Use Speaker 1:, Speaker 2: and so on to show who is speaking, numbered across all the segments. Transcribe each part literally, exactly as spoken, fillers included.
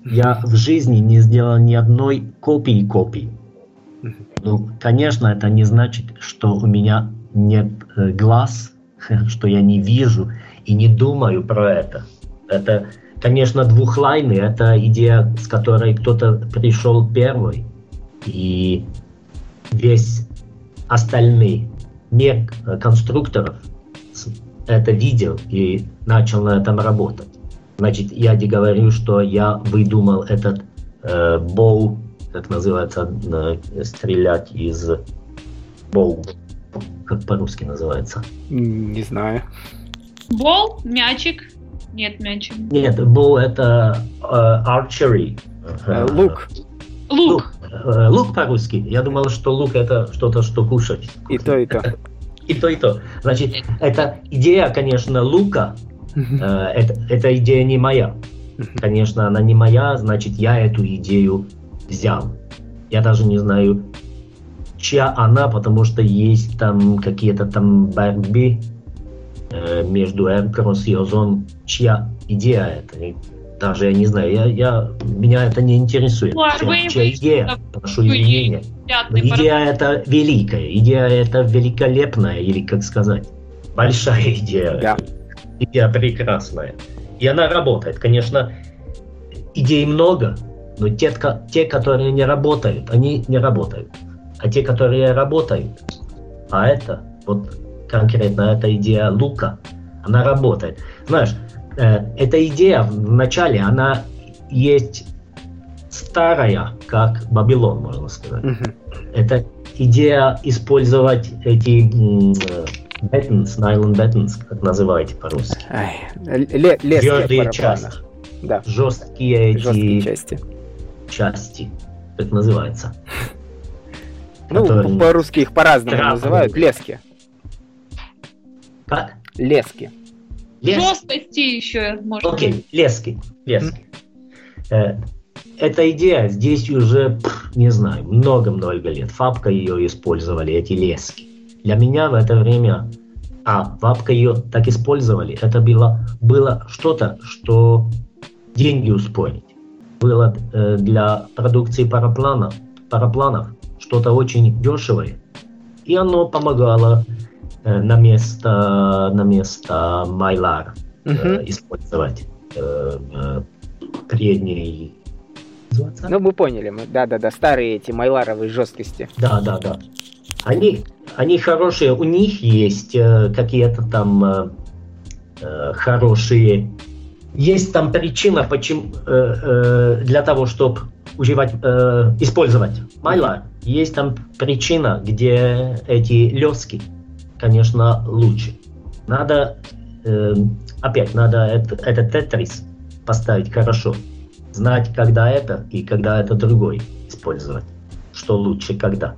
Speaker 1: Я в жизни не сделал ни одной копии копий. Ну, конечно, это не значит, что у меня нет э, глаз, что я не вижу и не думаю про это. Это, конечно, двухлайны, это идея, с которой кто-то пришел первый. И весь остальный мир конструкторов это видел и начал на этом работать. Значит, я не говорю, что я выдумал этот э, боу, как называется, э, стрелять из боу. Как по-русски называется?
Speaker 2: Не знаю.
Speaker 3: Бол? Мячик? Нет, мячик.
Speaker 1: Нет, боу это э, archery.
Speaker 2: Э, лук.
Speaker 3: Лук.
Speaker 1: Лук, лук по-русски. Я думал, что лук это что-то, что кушать.
Speaker 2: И то, и то.
Speaker 1: И то, и то. Значит, эта идея, конечно, лука, э, это, эта идея не моя. Конечно, она не моя, значит, я эту идею взял. Я даже не знаю, чья она, потому что есть там какие-то там борьбы э, между Aircross и Озон, чья идея это. И даже я не знаю, я, я, меня это не интересует.
Speaker 3: Ну, а
Speaker 1: чья,
Speaker 3: вы-
Speaker 1: чья идея, прошу извинения. Но
Speaker 3: Пятый
Speaker 1: идея это великая, идея это великолепная, или как сказать, большая идея.
Speaker 2: Да.
Speaker 1: Идея прекрасная. И она работает. Конечно, идей много, но те, ко- те, которые не работают, они не работают. А те, которые работают, а это, вот конкретно эта идея лука, она работает. Знаешь, э, эта идея вначале, она есть старая, как Вавилон, можно сказать.
Speaker 2: Мгм.
Speaker 1: Это идея использовать эти м, э, buttons, nylon buttons, как называете по-русски.
Speaker 2: Ай, ле- лески в
Speaker 1: Твердые
Speaker 2: барабанах.
Speaker 1: части.
Speaker 2: Да,
Speaker 1: Жесткие эти
Speaker 2: жесткие части.
Speaker 1: части, как называется.
Speaker 2: Ну,
Speaker 1: Которые-
Speaker 2: по-русски их по-разному
Speaker 1: Трапы.
Speaker 2: называют. Лески.
Speaker 1: Как?
Speaker 2: Лески.
Speaker 1: Лески.
Speaker 3: Жесткости еще можно.
Speaker 1: Окей, лески. Лески. Э, Эта идея здесь уже, пф, не знаю, много-много лет. Фабка ее использовали, эти лески. Для меня в это время, а, Фабка ее так использовали, это было, было что-то, что деньги ускорить. Было э, для продукции парапланов, парапланов что-то очень дешевое. И оно помогало э, на место, на место Mylar э,
Speaker 2: Мгм.
Speaker 1: использовать э, э, передние. Называется?
Speaker 2: Ну, мы поняли. Мы, да-да-да, старые эти майларовые жесткости.
Speaker 1: Да, да, да. Они, они хорошие, у них есть э, какие-то там э, э, хорошие. Есть там причина, почему э, э, для того, чтобы уживать, э, использовать Mylar. Есть там причина, где эти лески, конечно, лучше. Надо э, опять надо это, этот тетрис поставить хорошо, знать, когда это и когда это другой использовать, что лучше, когда.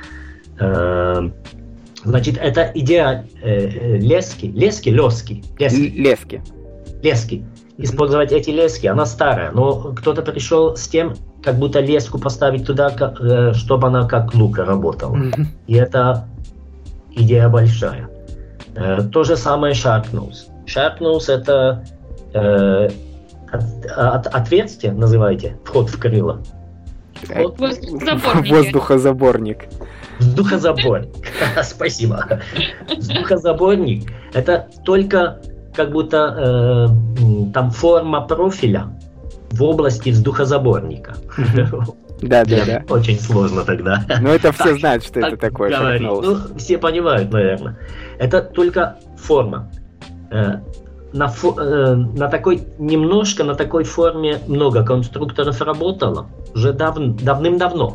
Speaker 1: Э, Значит, это идея э, э, лески, лески, лески, лески,
Speaker 2: Л- Лески.
Speaker 1: лески. Использовать эти лески, она старая, но кто-то пришел с тем, как будто леску поставить туда, ка- э, чтобы она как лука работала.
Speaker 2: Мгм.
Speaker 1: И это идея большая. Э, то же самое Shark Nose. Shark Nose это э, от- от- отверстие, называете, вход в крыло. Вход
Speaker 3: Воздухозаборники.
Speaker 2: Воздухозаборник.
Speaker 1: Вздухозаборник. Спасибо. Вздухозаборник это только как будто э, м, там форма профиля в области вздухозаборника.
Speaker 2: Да-да-да.
Speaker 1: Очень сложно тогда.
Speaker 2: Ну, это все
Speaker 1: Так,
Speaker 2: знают, что это
Speaker 1: так
Speaker 2: такое.
Speaker 1: говорить.
Speaker 2: Shark Nose.
Speaker 1: Ну, все понимают, наверное. Это только форма. Э, На, фо- э, на такой, немножко на такой форме много конструкторов работало уже дав- давным-давно.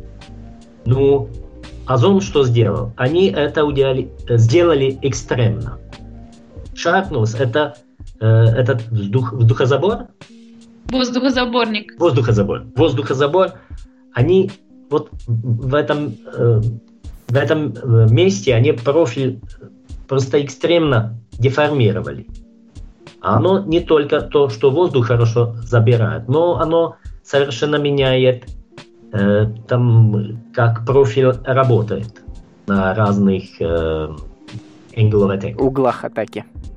Speaker 1: Ну, Озон что сделал? Они это уделали- сделали экстремно. Shark Nose это э, этот вздух, вздухозабор,
Speaker 3: Воздухозаборник.
Speaker 1: воздухозабор. Воздухозабор, они вот в этом, э, в этом э, месте они профиль просто экстремно деформировали. А оно не только то, что воздух хорошо забирает, но оно совершенно меняет э, там, как профиль работает на разных э, angle of attack.
Speaker 2: Углах атаки.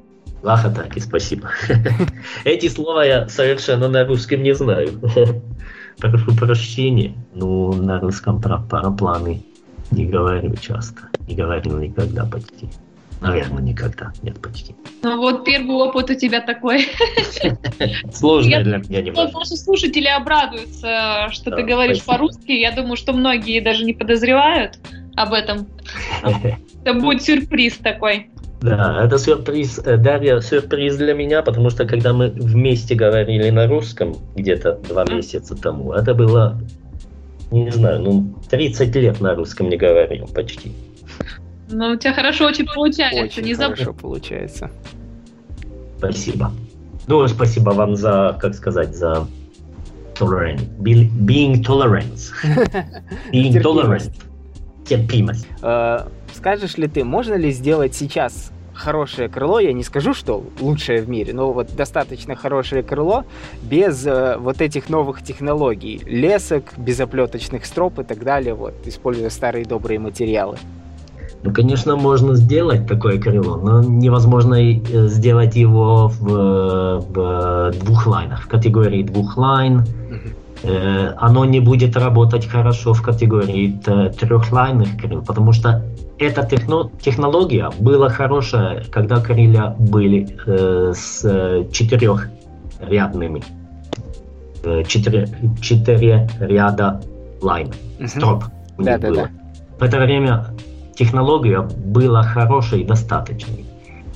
Speaker 1: Лахатаки, спасибо. Эти слова я совершенно на русском не знаю. Прошу прощения, но на русском про парапланы не говорю часто. Не говорил никогда почти. Наверное, никогда. Нет, почти.
Speaker 3: Ну вот первый опыт у тебя такой.
Speaker 1: Сложно для меня немного.
Speaker 3: Наши слушатели обрадуются, что ты говоришь по-русски. Я думаю, что многие даже не подозревают об этом. Это будет сюрприз такой.
Speaker 1: Да, это сюрприз, Дарья, сюрприз для меня, потому что когда мы вместе говорили на русском где-то два месяца тому, это было, не знаю, ну тридцать лет на русском не говорил почти.
Speaker 3: Ну, у тебя хорошо очень получается,
Speaker 2: очень
Speaker 3: не забудь.
Speaker 2: Хорошо получается.
Speaker 1: Спасибо. Ну, спасибо вам за, как сказать, за tolerant, being tolerant. Being tolerant. Терпимость.
Speaker 2: Скажешь ли ты, можно ли сделать сейчас хорошее крыло, я не скажу, что лучшее в мире, но вот достаточно хорошее крыло без э, вот этих новых технологий, лесок, безоплеточных строп и так далее, вот, используя старые добрые материалы?
Speaker 1: Ну, конечно, можно сделать такое крыло, но невозможно сделать его в, в двух лайнах, в категории двух лайн. Mm-hmm. Э, оно не будет работать хорошо в категории трехлайнных крыл, потому что эта техно- технология была хорошая, когда крылья были э, с четырехрядными, э, четыре, четыре ряда лайн, uh-huh. строп у них
Speaker 2: да,
Speaker 1: было.
Speaker 2: Да, да.
Speaker 1: В это время технология была хорошей и достаточной.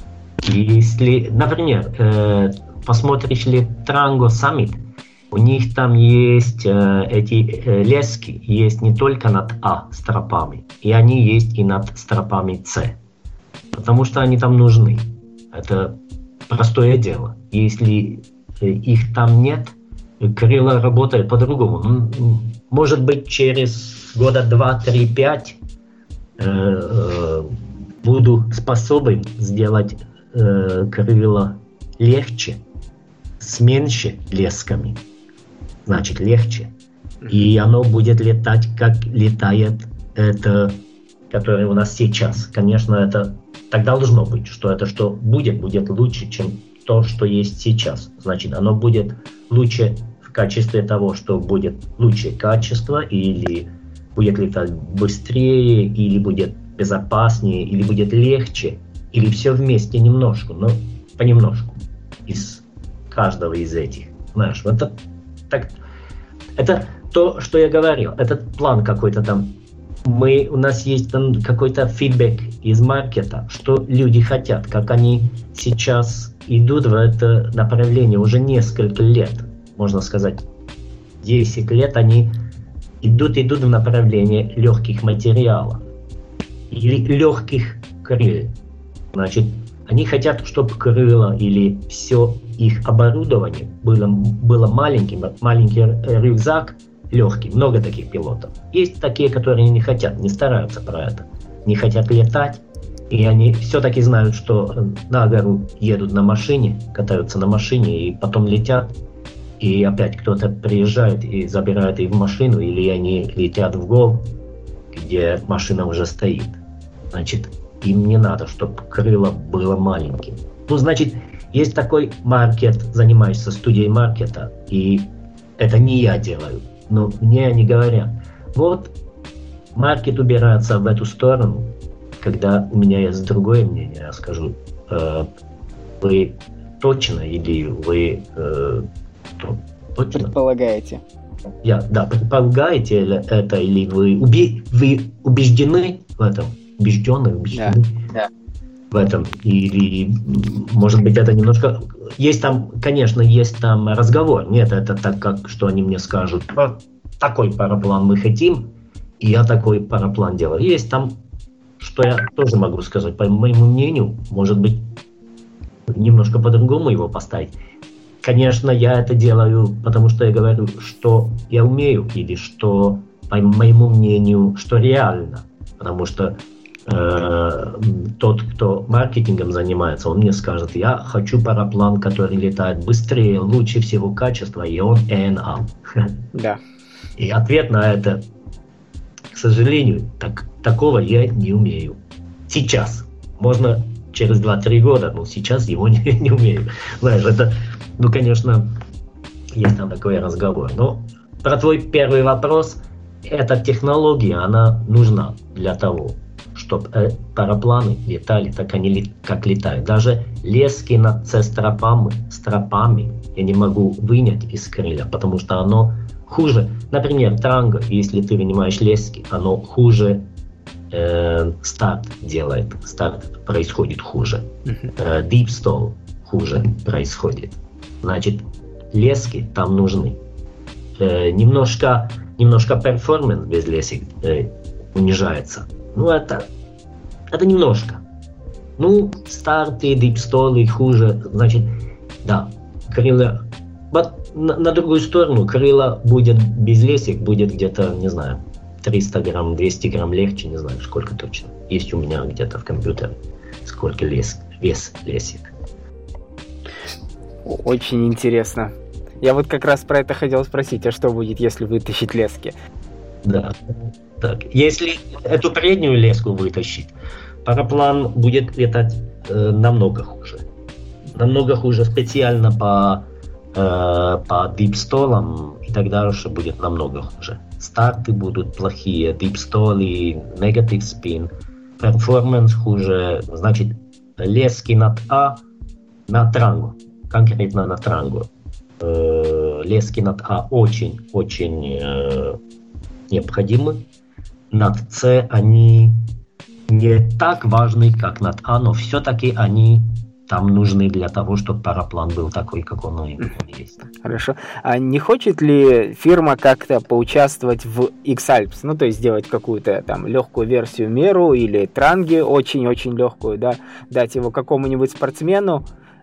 Speaker 1: Если, например, э, посмотришь ли Trango Summit, у них там есть э, эти э, лески, есть не только над А стропами, и они есть и над стропами С. Потому что они там нужны. Это простое дело. Если э, их там нет, крыло работает по-другому. Может быть, через года два, три, пять э, э, буду способен сделать э, крыло легче, с меньше лесками. Значит, легче. И оно будет летать, как летает это, которое у нас сейчас. Конечно, это так должно быть, что это что будет, будет лучше, чем то, что есть сейчас. Значит, оно будет лучше в качестве того, что будет лучшее качество, или будет летать быстрее, или будет безопаснее, или будет легче, или все вместе немножко, но понемножку из каждого из этих. Знаешь, это так, это то, что я говорил, этот план какой-то там. Мы, у нас есть там какой-то фидбэк из маркета, что люди хотят, как они сейчас идут в это направление уже несколько лет, можно сказать, десять лет они идут, идут в направлении легких материалов или легких крыльев. Значит, они хотят, чтобы крыло или все их оборудование было, было маленьким, маленький рюкзак легкий. Много таких пилотов. Есть такие, которые не хотят, не стараются про это. Не хотят летать, и они все-таки знают, что на гору едут на машине, катаются на машине и потом летят. И опять кто-то приезжает и забирает их в машину, или они летят в гору, где машина уже стоит. Значит, им не надо, чтобы крыло было маленьким. Ну, значит, есть такой маркет, занимаешься студией маркета, и это не я делаю, но мне они говорят, вот, маркет убирается в эту сторону, когда у меня есть другое мнение, я скажу, э, вы точно или вы э, то, точно?
Speaker 2: Предполагаете.
Speaker 1: Я, да, предполагаете это, или вы, уби, вы убеждены в этом? Убежденные, убеждены
Speaker 2: да, да.
Speaker 1: в этом. Или, может быть, это немножко... Есть там, конечно, есть там разговор. Нет, это так, как, что они мне скажут. Такой параплан мы хотим, и я такой параплан делаю. Есть там, что я тоже могу сказать, по моему мнению, может быть, немножко по-другому его поставить. Конечно, я это делаю, потому что я говорю, что я умею, или что, по моему мнению, что реально. Потому что э, тот, кто маркетингом занимается, он мне скажет, я хочу параплан, который летает быстрее, лучше всего качества, и он эн эй.
Speaker 2: Да.
Speaker 1: И ответ на это, к сожалению, так, такого я не умею. Сейчас. Можно через два-три года, но сейчас его не, не умею. Знаешь, это, ну, конечно, есть там такой разговор. Но про твой первый вопрос, эта технология, она нужна для того, чтобы э, парапланы летали, так они как летают. Даже лески над стропами, стропами я не могу вынять из крылья, потому что оно хуже. Например, транго, если ты вынимаешь лески, оно хуже э, старт делает. Старт происходит хуже. Э, deep stall хуже происходит. Значит, лески там нужны. Э, немножко, немножко перформанс без лесек э, унижается. Ну, это, это немножко. Ну, старты, дипстолы хуже. Значит, да, крылья. На, на другую сторону, крыло будет без лесек, будет где-то, не знаю, триста грамм, двести грамм легче, не знаю, сколько точно. Есть у меня где-то в компьютере, сколько лес, вес лесек.
Speaker 2: Очень интересно. Я вот как раз про это хотел спросить, а что будет, если вытащить лески?
Speaker 1: Да. Так, если эту переднюю леску вытащить, параплан будет летать э, намного хуже. Намного хуже специально по, э, по дипстолам и так дальше будет намного хуже. Старты будут плохие, дипстолы, негатив спин, перформанс хуже. Значит, лески над А, на транго, конкретно на транго. Э, лески над А очень-очень э, необходимы. Над С они не так важны, как над А, но все-таки они там нужны для того, чтобы параплан был такой, как он и есть.
Speaker 2: Хорошо. А не хочет ли фирма как-то поучаствовать в X-Alps? Ну, то есть сделать какую-то там легкую версию Меру или Транги, очень-очень легкую, да, дать его какому-нибудь спортсмену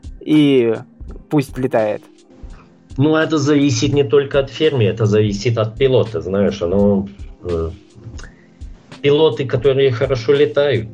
Speaker 2: и пусть летает?
Speaker 1: Ну, это зависит не только от фирмы, это зависит от пилота, знаешь, оно... Э, пилоты, которые хорошо летают,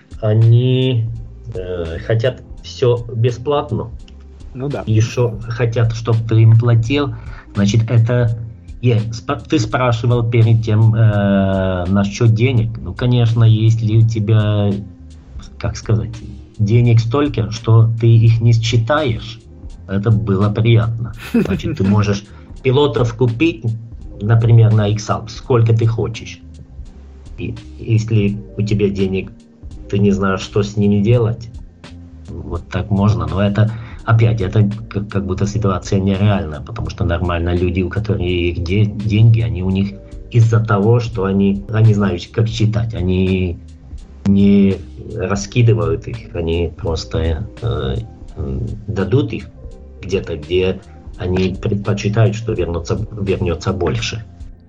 Speaker 1: они э, хотят все бесплатно.
Speaker 2: Ну да.
Speaker 1: Еще хотят, чтобы ты им платил. Значит, это... Yeah, ты спрашивал перед тем э, насчет денег. Ну, конечно, если у тебя, как сказать, денег столько, что ты их не считаешь, это было приятно. Значит, ты можешь пилотов купить, например, на X-Alps, сколько ты хочешь. И если у тебя денег, ты не знаешь, что с ними делать, вот так можно. Но это, опять, это как, как будто ситуация нереальная, потому что нормально люди, у которых есть де- деньги, они у них из-за того, что они, они знают, как считать, они не раскидывают их, они просто э, дадут их где-то, где они предпочитают, что вернется, вернется больше.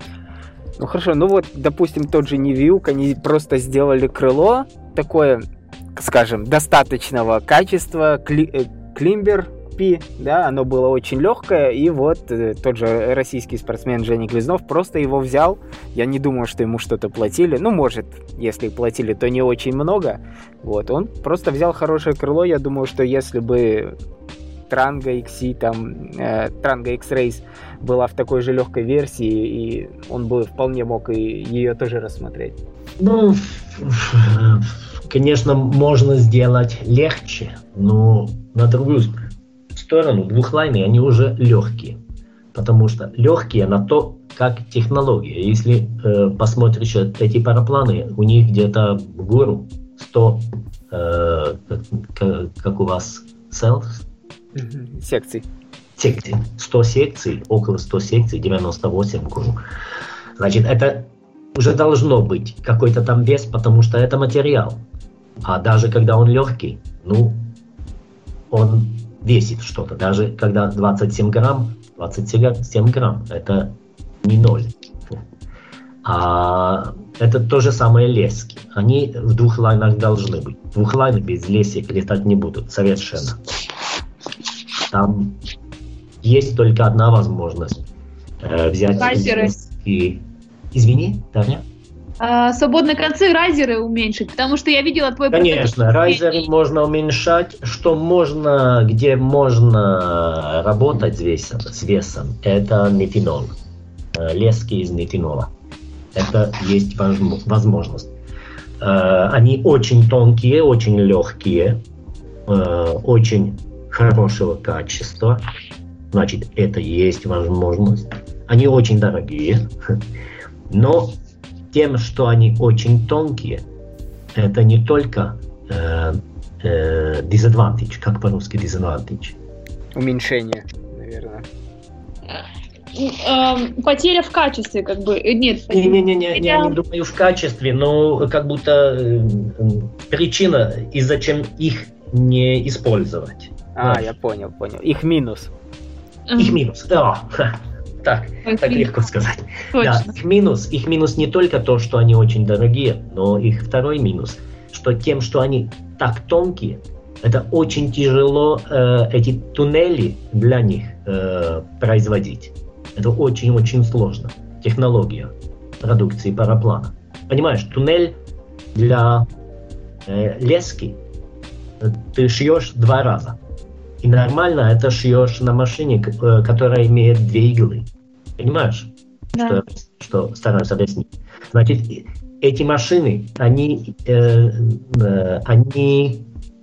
Speaker 2: Ну хорошо, ну вот, допустим, тот же Невиук, они просто сделали крыло такое, скажем, достаточного качества, кли, Климбер Пи, да, оно было очень легкое, и вот э, тот же российский спортсмен Женя Глизнов просто его взял, я не думаю, что ему что-то платили, ну, может, если платили, то не очень много, вот, он просто взял хорошее крыло, я думаю, что если бы Транго икс си, там, э, Транго X-Race была в такой же легкой версии, и он бы вполне мог и ее тоже рассмотреть.
Speaker 1: Ну, конечно, можно сделать легче, но на другую сторону двухлайны, они уже легкие, потому что легкие на то, как технология. Если э, посмотришь эти парапланы, у них где-то в гору сто, э, как, как у вас, селс?
Speaker 2: Секций.
Speaker 1: Секций. сто секций, около ста секций, девяносто восемь в гору. Значит, это уже должно быть какой-то там вес, потому что это материал. А даже когда он легкий, ну, он весит что-то. Даже когда двадцать семь грамм, двадцать семь грамм, это не ноль. А это то же самое лески. Они в двух лайнах должны быть. Двухлайны без лесек летать не будут совершенно. Там есть только одна возможность э, взять
Speaker 3: райзеры.
Speaker 1: И... Извини, Таня?
Speaker 3: А, свободные концы райзеры уменьшить, потому что я видела твой...
Speaker 1: Конечно, райзеры можно уменьшать, что можно, где можно работать с весом, с весом, это нитинол, лески из нитинола. Это есть возможность. Они очень тонкие, очень легкие, э, очень хорошего качества, значит, это есть возможность. Они очень дорогие, но тем, что они очень тонкие, это не только э, э, disadvantage, как по-русски disadvantage.
Speaker 2: Уменьшение, наверное.
Speaker 3: Потеря в качестве, как бы, нет.
Speaker 1: Не-не-не, я не думаю в качестве, но как будто э, причина, из-за чем их не использовать.
Speaker 2: А,
Speaker 1: вот.
Speaker 2: Я понял, понял. Их минус.
Speaker 1: Их минус, да. Так, так легко сказать. Да, их минус, их минус не только то, что они очень дорогие, но их второй минус, что тем, что они так тонкие, это очень тяжело э, эти туннели для них э, производить. Это очень-очень сложно. Технология продукции параплана. Понимаешь, туннель для э, лески ты шьешь два раза. И нормально это шьешь на машине, которая имеет две иглы. Понимаешь,
Speaker 3: да.
Speaker 1: что, что стараюсь объяснить? Значит, эти машины, они, э, э, они,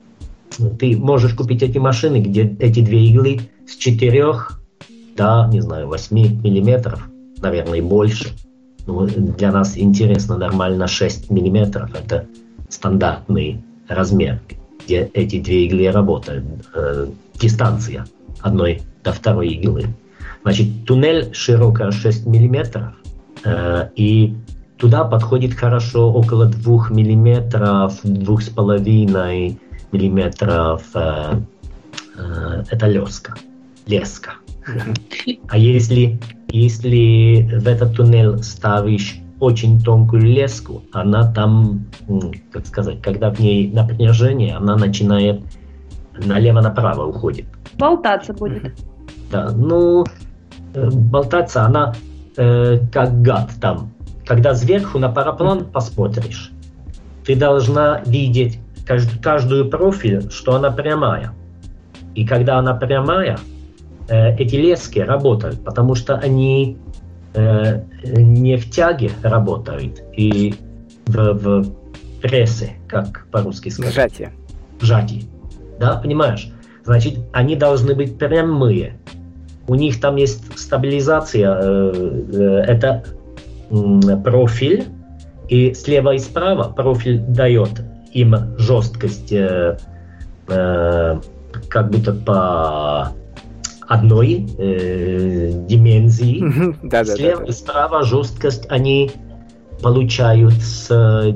Speaker 1: ты можешь купить эти машины, где эти две иглы с четырех до, не знаю, восьми миллиметров, наверное, и больше. Ну, для нас интересно нормально шесть миллиметров, это стандартный размер, где эти две иглы работают. Э, дистанция одной до второй иглы. Значит, туннель широкая шесть миллиметров, э, и туда подходит хорошо около двух миллиметров, двух с половиной миллиметров. Э, э, это леска, леска. А если, если в этот туннель ставишь очень тонкую леску, она там, как сказать, когда в ней напряжение, она начинает налево-направо уходит.
Speaker 3: Болтаться будет.
Speaker 1: Да, ну, э, болтаться она э, как гад там. Когда сверху на параплан посмотришь, ты должна видеть кажд, каждую профиль, что она прямая. И когда она прямая, э, эти лески работают, потому что они э, не в тяге работают, и в, в прессе, как по-русски сказать.
Speaker 2: Сжатие.
Speaker 1: Сжатие. Да, понимаешь? Значит, они должны быть прямые. У них там есть стабилизация, э, э, это э, профиль, и слева и справа профиль дает им жесткость э, э, как будто по одной э, димензии. Слева и справа жесткость они получают с,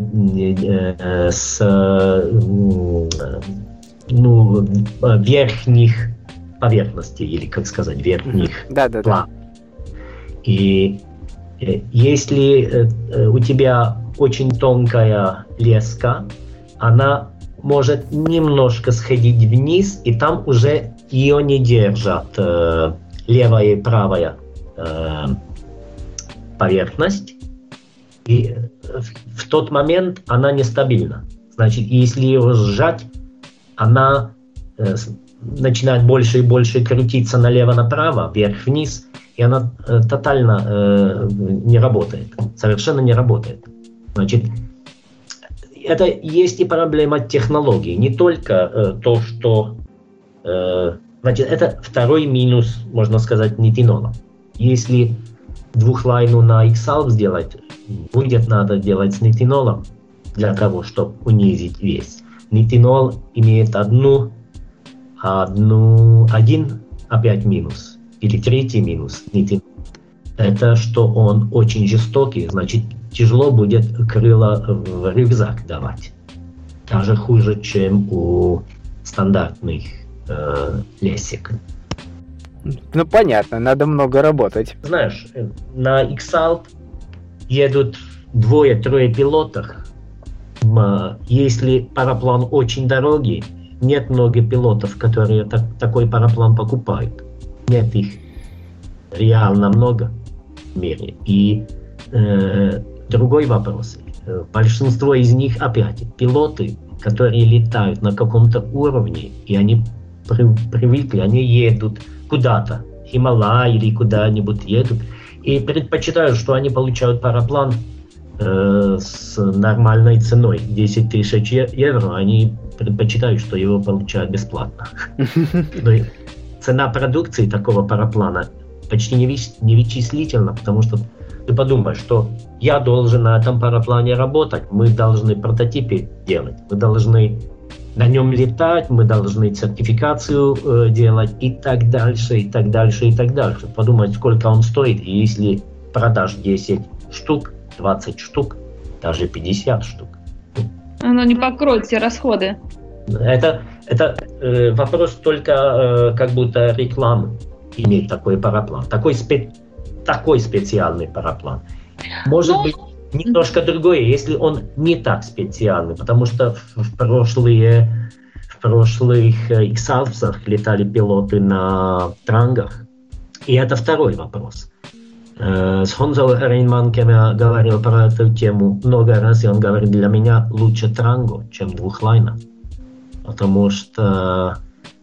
Speaker 1: э, с э, ну, верхних поверхностей, или, как сказать, верхних
Speaker 2: да, да,
Speaker 1: план. И э, если э, у тебя очень тонкая леска, она может немножко сходить вниз, и там уже ее не держат э, левая и правая э, поверхность. И в, в тот момент она нестабильна. Значит, если ее сжать, она э, начинает больше и больше крутиться налево-направо, вверх-вниз, и она э, тотально э, не работает, совершенно не работает. Значит, это есть и проблема технологий, не только э, то, что... Э, значит, это второй минус, можно сказать, нитинола. Если двухлайну на X-Alp сделать, будет надо делать с нитинолом для того, чтобы унизить вес. Нитинол имеет одну, одну, один опять минус, или третий минус нитинол. Это что он очень жестокий, значит, тяжело будет крыло в рюкзак давать. Даже хуже, чем у стандартных э, лесек.
Speaker 2: Ну, понятно, надо много работать.
Speaker 1: Знаешь, на X-Alp едут двое-трое пилотов. Если параплан очень дорогий, нет много пилотов, которые так, такой параплан покупают. Нет их реально много в мире. И э, другой вопрос. Большинство из них опять пилоты, которые летают на каком-то уровне, и они при, привыкли, они едут куда-то, Хималай или куда-нибудь едут, и предпочитают, что они получают параплан э, с нормальной ценой десять тысяч евро, они предпочитают, что его получают бесплатно. Но цена продукции такого параплана почти не вычислительна, потому что ты подумаешь, что я должен на этом параплане работать, мы должны прототипы делать, мы должны на нем летать, мы должны сертификацию э, делать и так дальше, и так дальше, и так дальше. Подумать, сколько он стоит, и если продашь десять штук, двадцать штук, даже пятьдесят штук.
Speaker 3: Оно не покроет все расходы.
Speaker 1: Это, это э, вопрос только э, как будто рекламы, иметь такой параплан, такой, спе, такой специальный параплан. Может Но... быть, немножко другое, если он не так специальный, потому что в, в прошлые в прошлых иксалпсах летали пилоты на трангах, и это второй вопрос. Э, с Хонзо Рейнманком я говорил про эту тему много раз, и он говорит, для меня лучше транго, чем двухлайна, потому что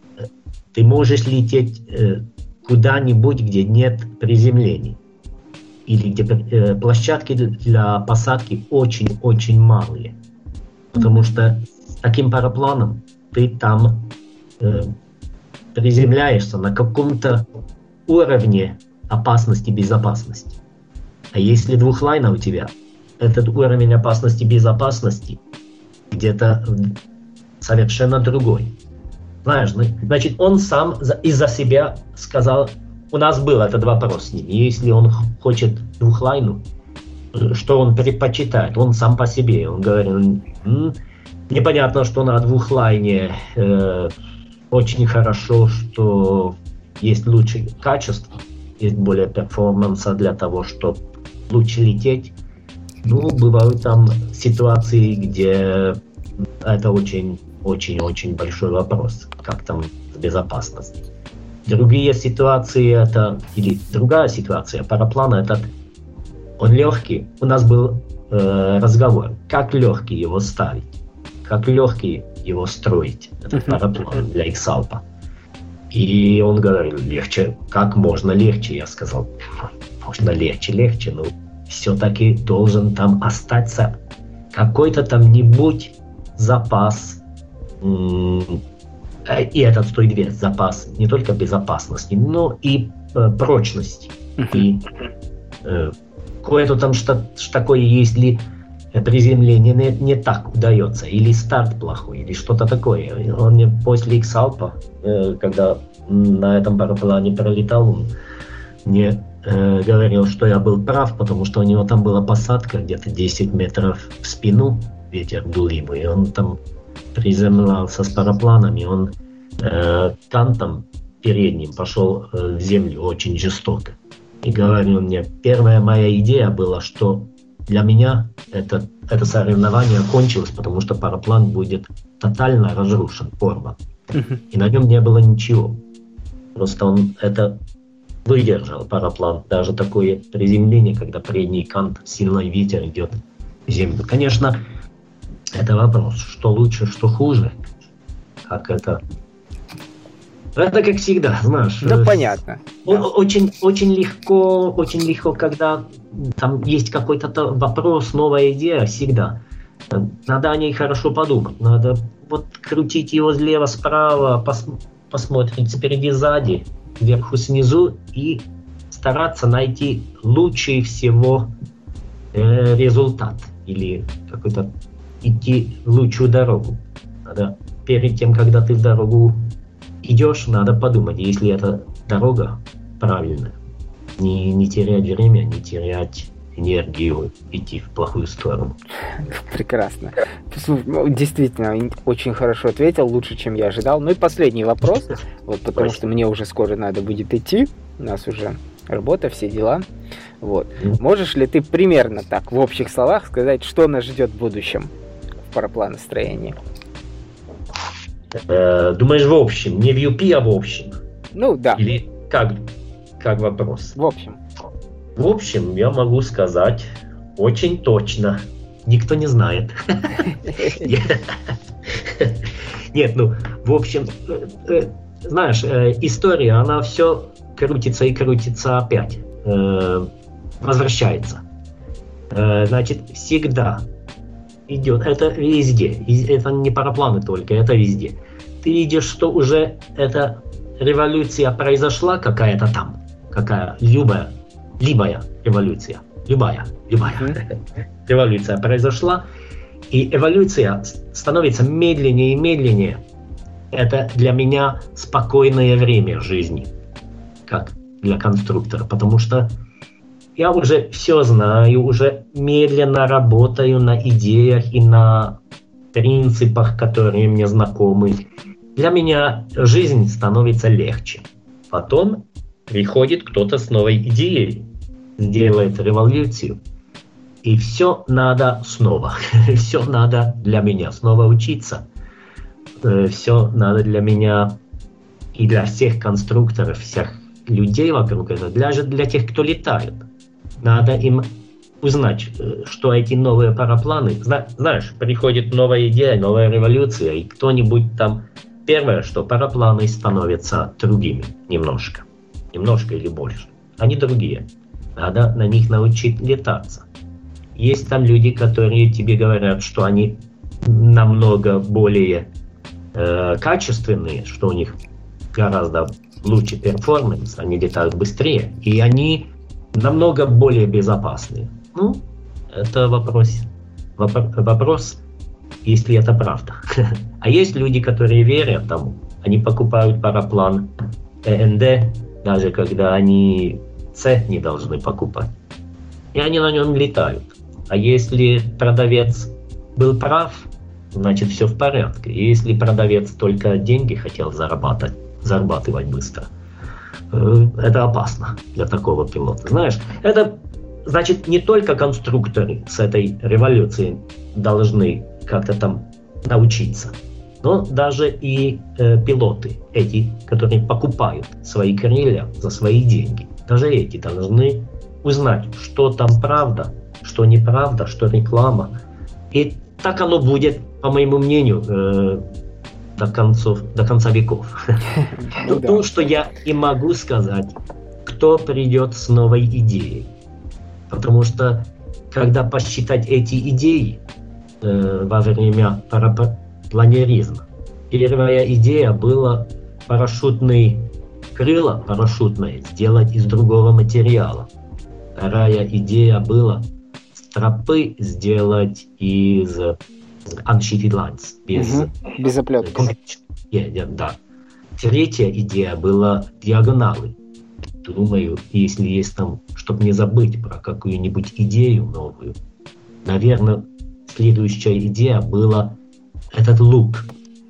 Speaker 1: ты можешь лететь э, куда-нибудь, где нет приземлений, или где э, площадки для посадки очень-очень малые. Потому что с таким парапланом ты там э, приземляешься на каком-то уровне опасности, безопасности. А если двухлайна у тебя, этот уровень опасности, безопасности где-то совершенно другой. Знаешь, значит, он сам из-за себя сказал, у нас был этот вопрос с ним. Если он хочет двухлайну, что он предпочитает? Он сам по себе. Он говорит, м-м, непонятно, что на двухлайне э, очень хорошо, что есть лучшее качество, есть более перформанса для того, чтобы лучше лететь. Ну, бывают там ситуации, где это очень-очень-очень большой вопрос, как там с безопасностью. Другие ситуации это, или другая ситуация, параплан этот, он легкий. У нас был э, разговор, как легкий его ставить, как легкий его строить, этот параплан для иксалпа. И он говорил, легче, как можно легче. Я сказал, можно легче, легче, но все-таки должен там остаться какой-то там нибудь запас. М- И этот стоит вес, запас не только безопасности, но и э, прочности. И э, кое-то там что, что такое, если приземление не, не так удается, или старт плохой, или что-то такое. Он мне после иксалпа, э, когда на этом параплане пролетал, он мне э, говорил, что я был прав, потому что у него там была посадка где-то десять метров в спину, ветер дул ему, и он там приземлялся с парапланами, он э, кантом передним пошел э, в землю очень жестоко. И говорил мне, первая моя идея была, что для меня это, это соревнование кончилось, потому что параплан будет тотально разрушен, порван. Uh-huh. И на нем не было ничего. Просто он это выдержал, параплан. Даже такое приземление, когда предний кант, сильный ветер идет в землю. Конечно, это вопрос, что лучше, что хуже. Как это... Это как всегда, знаешь.
Speaker 2: Да, понятно.
Speaker 1: Очень, очень легко, очень легко, когда там есть какой-то вопрос, новая идея, всегда. Надо о ней хорошо подумать. Надо вот крутить его слева, справа, пос, посмотреть спереди, сзади, вверху, снизу и стараться найти лучший всего э, результат или какой-то идти лучшую дорогу. Надо перед тем, когда ты в дорогу идешь, надо подумать, если эта дорога правильная. Не, не терять время, не терять энергию, идти в плохую сторону.
Speaker 2: Прекрасно. Действительно, очень хорошо ответил, лучше, чем я ожидал. Ну и последний вопрос, вот, потому Прости. что мне уже скоро надо будет идти, у нас уже работа, все дела. Вот. Mm. Можешь ли ты примерно так, в общих словах, сказать, что нас ждет в будущем в парапланостроении?
Speaker 1: Э, думаешь, в общем, не в ю пи, а в общем?
Speaker 2: Ну, да.
Speaker 1: Или как, как вопрос?
Speaker 2: В общем.
Speaker 1: В общем, я могу сказать очень точно. Никто не знает. Нет, ну, в общем, знаешь, история, она все крутится и крутится опять. Возвращается. Э, значит, всегда идет, это везде, это не парапланы только, это везде. Ты видишь, что уже эта революция произошла какая-то там, какая, любая, любая революция, любая, любая mm-hmm. революция произошла, и эволюция становится медленнее и медленнее. Это для меня спокойное время жизни, как для конструктора, потому что я уже все знаю, уже медленно работаю на идеях и на принципах, которые мне знакомы. Для меня жизнь становится легче. Потом приходит кто-то с новой идеей, делает революцию, и все надо снова. Все надо для меня снова учиться. Все надо для меня и для всех конструкторов, всех людей вокруг этого, даже для тех, кто летает. Надо им узнать, что эти новые парапланы, знаешь, приходит новая идея, новая революция, и кто-нибудь там, первое, что парапланы становятся другими немножко, немножко или больше. Они другие. Надо на них научить летаться. Есть там люди, которые тебе говорят, что они намного более э, качественные, что у них гораздо лучше перформанс, они летают быстрее, и они намного более безопасные. Ну, это вопрос, вопрос, если это правда. А есть люди, которые верят тому, они покупают параплан ТНД, даже когда они С не должны покупать. И они на нем летают. А если продавец был прав, значит все в порядке. И если продавец только деньги хотел зарабатывать, зарабатывать быстро, это опасно для такого пилота. Знаешь, это значит не только конструкторы с этой революцией должны как-то там научиться, но даже и э, пилоты, эти, которые покупают свои крылья за свои деньги, даже эти должны узнать, что там правда, что неправда, что реклама. И так оно будет, по моему мнению, э, до, концов, до конца веков. Ну, то, что я и могу сказать, кто придет с новой идеей. Потому что, когда посчитать эти идеи э, во время парапланеризма, первая идея была парашютные крылья, парашютные, сделать из другого материала. Вторая идея была стропы сделать из unsheathed lines, без,
Speaker 2: угу. без оплетки.
Speaker 1: Yeah, да. Третья идея была диагоналы. Думаю, если есть там, чтобы не забыть про какую-нибудь идею новую, наверное, следующая идея была этот лук.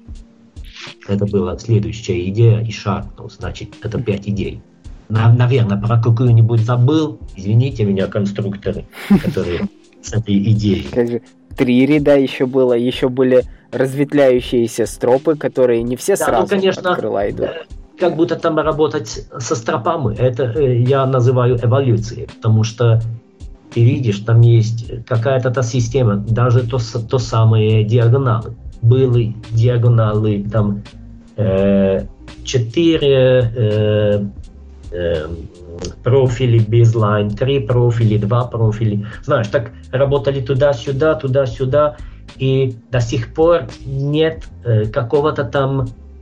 Speaker 1: Это была следующая идея и шарпнул, значит, это пять идей. Наверное, про какую-нибудь забыл. Извините меня, конструкторы, которые с этой идеей.
Speaker 2: Три ряда еще было, еще были разветвляющиеся стропы, которые не все да, сразу ну, конечно, от крыла идут.
Speaker 1: Как будто там работать со стропами, это я называю эволюцией, потому что ты видишь, там есть какая-то система, даже то, то самые диагоналы. Были диагоналы там э, четыре э, э, профили без лайн, три профиля, два профиля. Знаешь, так работали туда-сюда, туда-сюда, и до сих пор нет э, какого-то там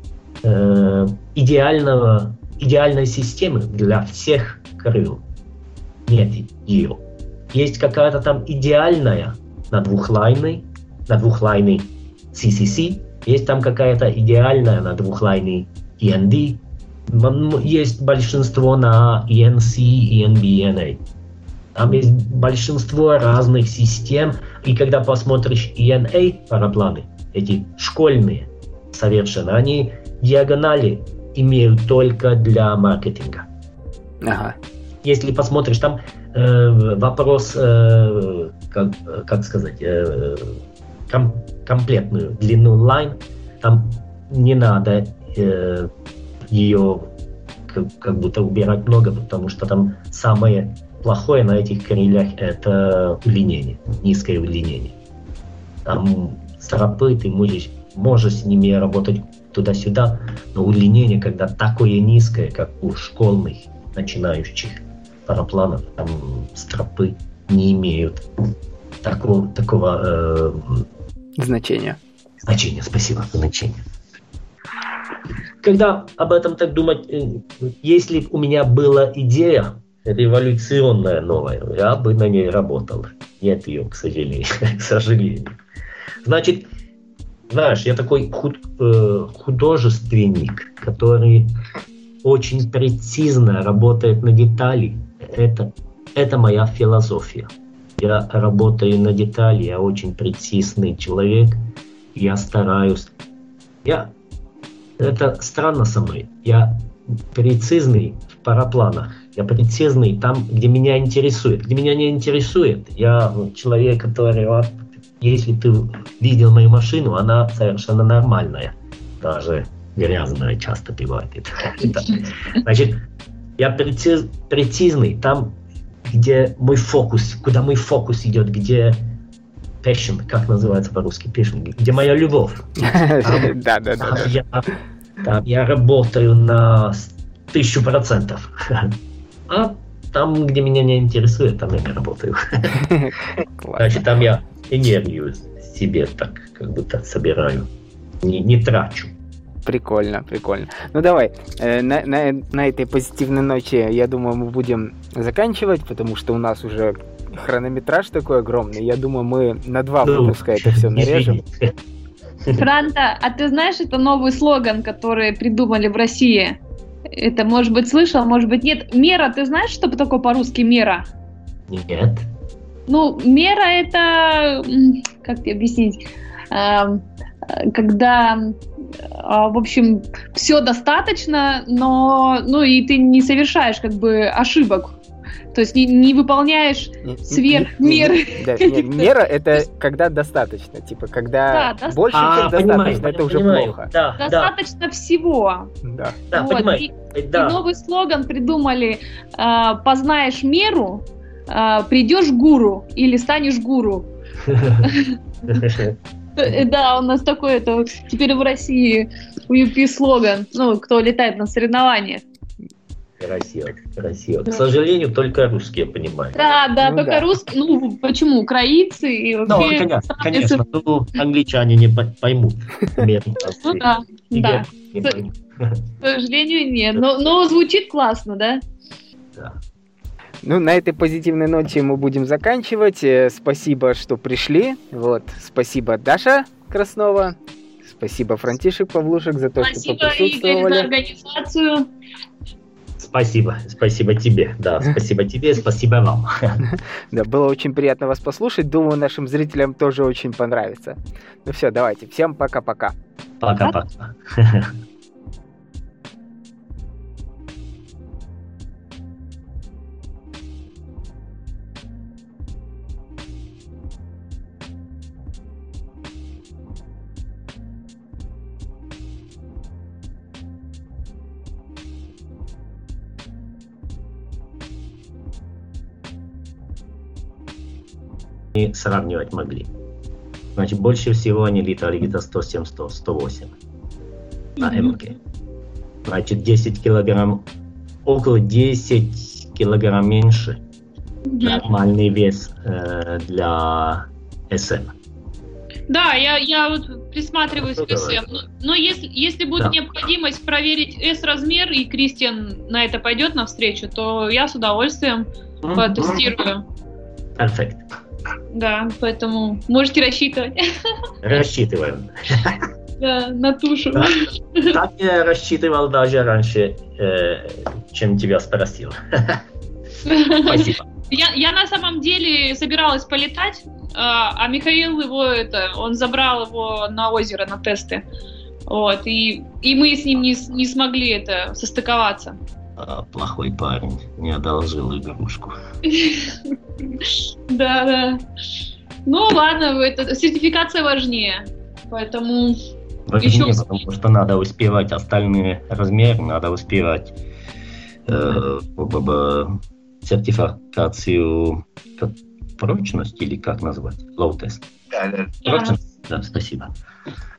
Speaker 1: э, идеального, идеальной системы для всех крыл. Нет ее. Есть какая-то там идеальная на двухлайной, на двухлайной си си си, есть там какая-то идеальная на двухлайной и эн ди, есть большинство на и эн си и эн би эн эй. Там есть большинство разных систем, и когда посмотришь и эн эй парапланы, эти школьные совершенно, они диагонали имеют только для маркетинга.
Speaker 2: Ага.
Speaker 1: Если посмотришь, там э, вопрос, э, как, как сказать, э, ком, комплектную длину лайн, там не надо э, ее как, как будто убирать много, потому что там самое плохое на этих крыльях это удлинение, низкое удлинение. Там стропы, ты можешь, можешь с ними работать туда-сюда, но удлинение, когда такое низкое, как у школьных начинающих парапланов, там стропы не имеют такого, такого э,
Speaker 2: значения.
Speaker 1: Значения, спасибо, значения. Когда об этом так думать, если у меня была идея революционная новая, я бы на ней работал. Нет ее, к сожалению. к сожалению. Значит, знаешь, я такой худ, э, художественник, который очень прецизно работает на детали. Это, это моя философия. Я работаю на детали, я очень прецизный человек. Я стараюсь. Я Это странно со мной. Я прецизный в парапланах. Я прецизный там, где меня интересует. Где меня не интересует, я человек, который... Вот, если ты видел мою машину, она совершенно нормальная. Даже грязная часто бывает. Значит, я прeciz, прецизный там, где мой фокус, куда мой фокус идет, где... Passion, как называется по-русски? Passion, где моя любовь.
Speaker 2: Да, да, да.
Speaker 1: Там я работаю на тысячу процентов. А там, где меня не интересует, там я не работаю. Значит, там я энергию себе так как будто собираю, не, не трачу.
Speaker 2: Прикольно, прикольно. Ну давай, э, на, на, на этой позитивной ноте, я думаю, мы будем заканчивать, потому что у нас уже хронометраж такой огромный. Я думаю, мы на два ну, выпуска это все нарежем.
Speaker 3: Франта, а ты знаешь, это новый слоган, который придумали в России? Это, может быть, слышал, может быть, нет. Мера, ты знаешь, что такое по-русски мера?
Speaker 1: Нет.
Speaker 3: Ну, мера это, как тебе объяснить, когда, в общем, все достаточно, но, ну, и ты не совершаешь, как бы, ошибок. То есть не, не выполняешь сверх меры.
Speaker 2: Да, мера это когда достаточно, типа когда да, больше,
Speaker 1: а,
Speaker 2: чем
Speaker 1: понимаю,
Speaker 2: достаточно, это уже
Speaker 1: понимаю.
Speaker 2: плохо.
Speaker 1: Да,
Speaker 3: достаточно
Speaker 1: да.
Speaker 3: всего.
Speaker 2: Да,
Speaker 1: да
Speaker 3: вот.
Speaker 1: понимаю.
Speaker 3: И,
Speaker 1: да.
Speaker 3: и новый слоган придумали: э, познаешь меру, э, придешь гуру или станешь гуру. Да, у нас такой это теперь в России у ю пи слоган. Ну, кто летает на соревнованиях.
Speaker 1: Красиво, красиво. К сожалению, только русские понимают.
Speaker 3: Да, да, ну, только да. русские. Ну, почему? Украинцы и вообще...
Speaker 1: Ну, конечно, конечно. Ну, англичане не поймут.
Speaker 3: Ну, да, да. К сожалению, нет. Но, но звучит классно, да?
Speaker 1: Да.
Speaker 2: Ну, на этой позитивной ноте мы будем заканчивать. Спасибо, что пришли. Вот. Спасибо, Даша Краснова. Спасибо, Франтишек Павлушек, за то,
Speaker 3: спасибо,
Speaker 2: что поприсутствовали.
Speaker 3: Игорь, за организацию.
Speaker 1: Спасибо, спасибо тебе, да, спасибо тебе, спасибо вам.
Speaker 2: Да, было очень приятно вас послушать, думаю, нашим зрителям тоже очень понравится. Ну все, давайте, всем пока-пока.
Speaker 1: Пока-пока. Сравнивать могли. Значит, больше всего они летали где-то сто семь - сто восемь на эм гэ. Значит, десять килограмм, около десять килограмм меньше. Нормальный вес э, для эс эм.
Speaker 3: Да, я, я вот присматриваюсь к эс эм. Но, но если, если будет да. необходимость проверить S-размер, и Кристиан на это пойдет навстречу, то я с удовольствием mm-hmm. потестирую.
Speaker 1: Перфект.
Speaker 3: Да, поэтому можете рассчитывать.
Speaker 1: Рассчитываем.
Speaker 3: Да, на тушу.
Speaker 1: Да. Так я рассчитывал даже раньше, э, чем тебя спросил. Спасибо.
Speaker 3: Я, я на самом деле собиралась полетать, а Михаил его это, он забрал его на озеро на тесты, вот, и, и мы с ним не, не смогли это состыковаться.
Speaker 1: А, плохой парень, не одолжил игрушку.
Speaker 3: Да, да. Ну ладно, это, сертификация важнее, поэтому...
Speaker 1: Важнее, еще... потому что надо успевать остальные размеры, надо успевать э, сертификацию прочности, или как назвать? Low test.
Speaker 3: Да, да.
Speaker 1: Прочность? Да, спасибо.